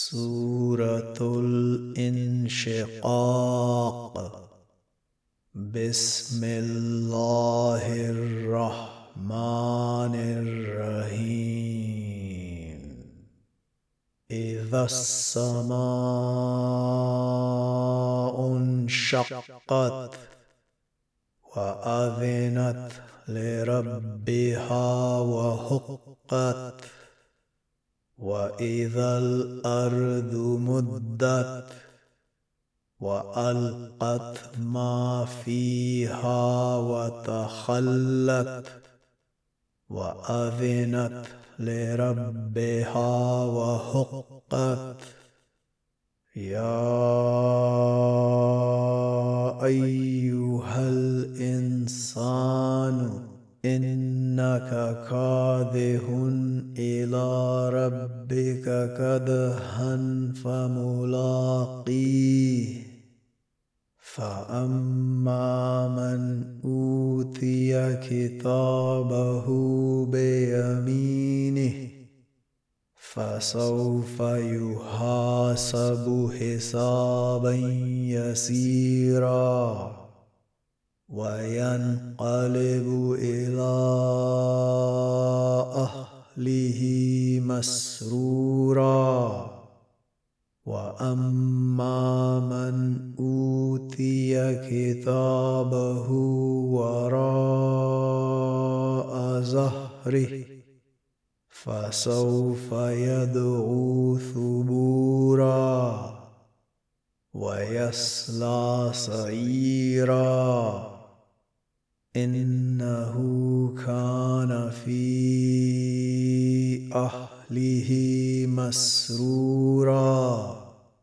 سورة الانشقاق. بسم الله الرحمن الرحيم. إذا السماء انشقت وأذنت لربها وحقت، وإذا الأرض مدت وألقت ما فيها وتخلت وأذنت لربها وحقت. يا أيها الإنسان إنك كادح إلى ربك كدحا فملاقيه. فأما من أوتي كتابه بيمينه فسوف يحاسب حسابا يسيرا وينقلب إلى أهله مسرورا. وأما من أوتي كتابه وراء ظهره فسوف يدعو ثبورا ويصلى سعيرا. إنه كان في أهله مسرورا.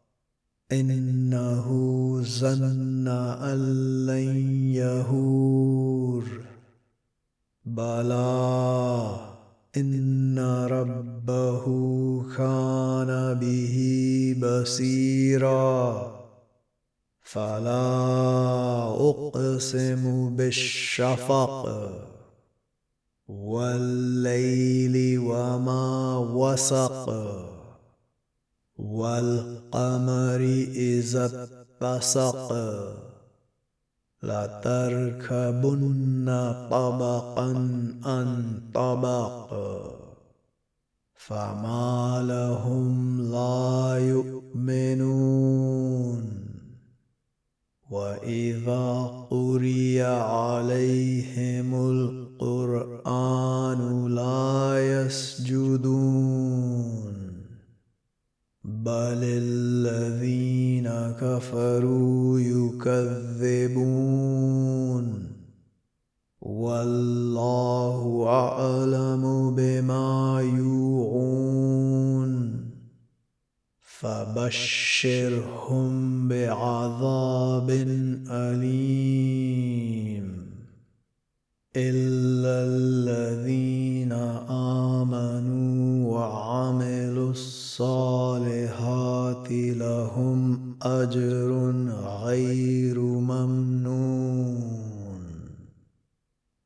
إنه ظن أن لن يحور. بلى إن ربه كان به بصيرا. فلا أقسم بالشفق والليل وما وسق والقمر إذا اتسق لتركبن طبقا عن طبق. فما لهم لا يؤمنون وإذا قرئ عليهم القرآن لا يسجدون بل الذين كفروا يكذبون. والله أعلم بما يوعون. فبشرهم بعذاب أليم إلا الذين آمنوا وعملوا الصالحات لهم أجر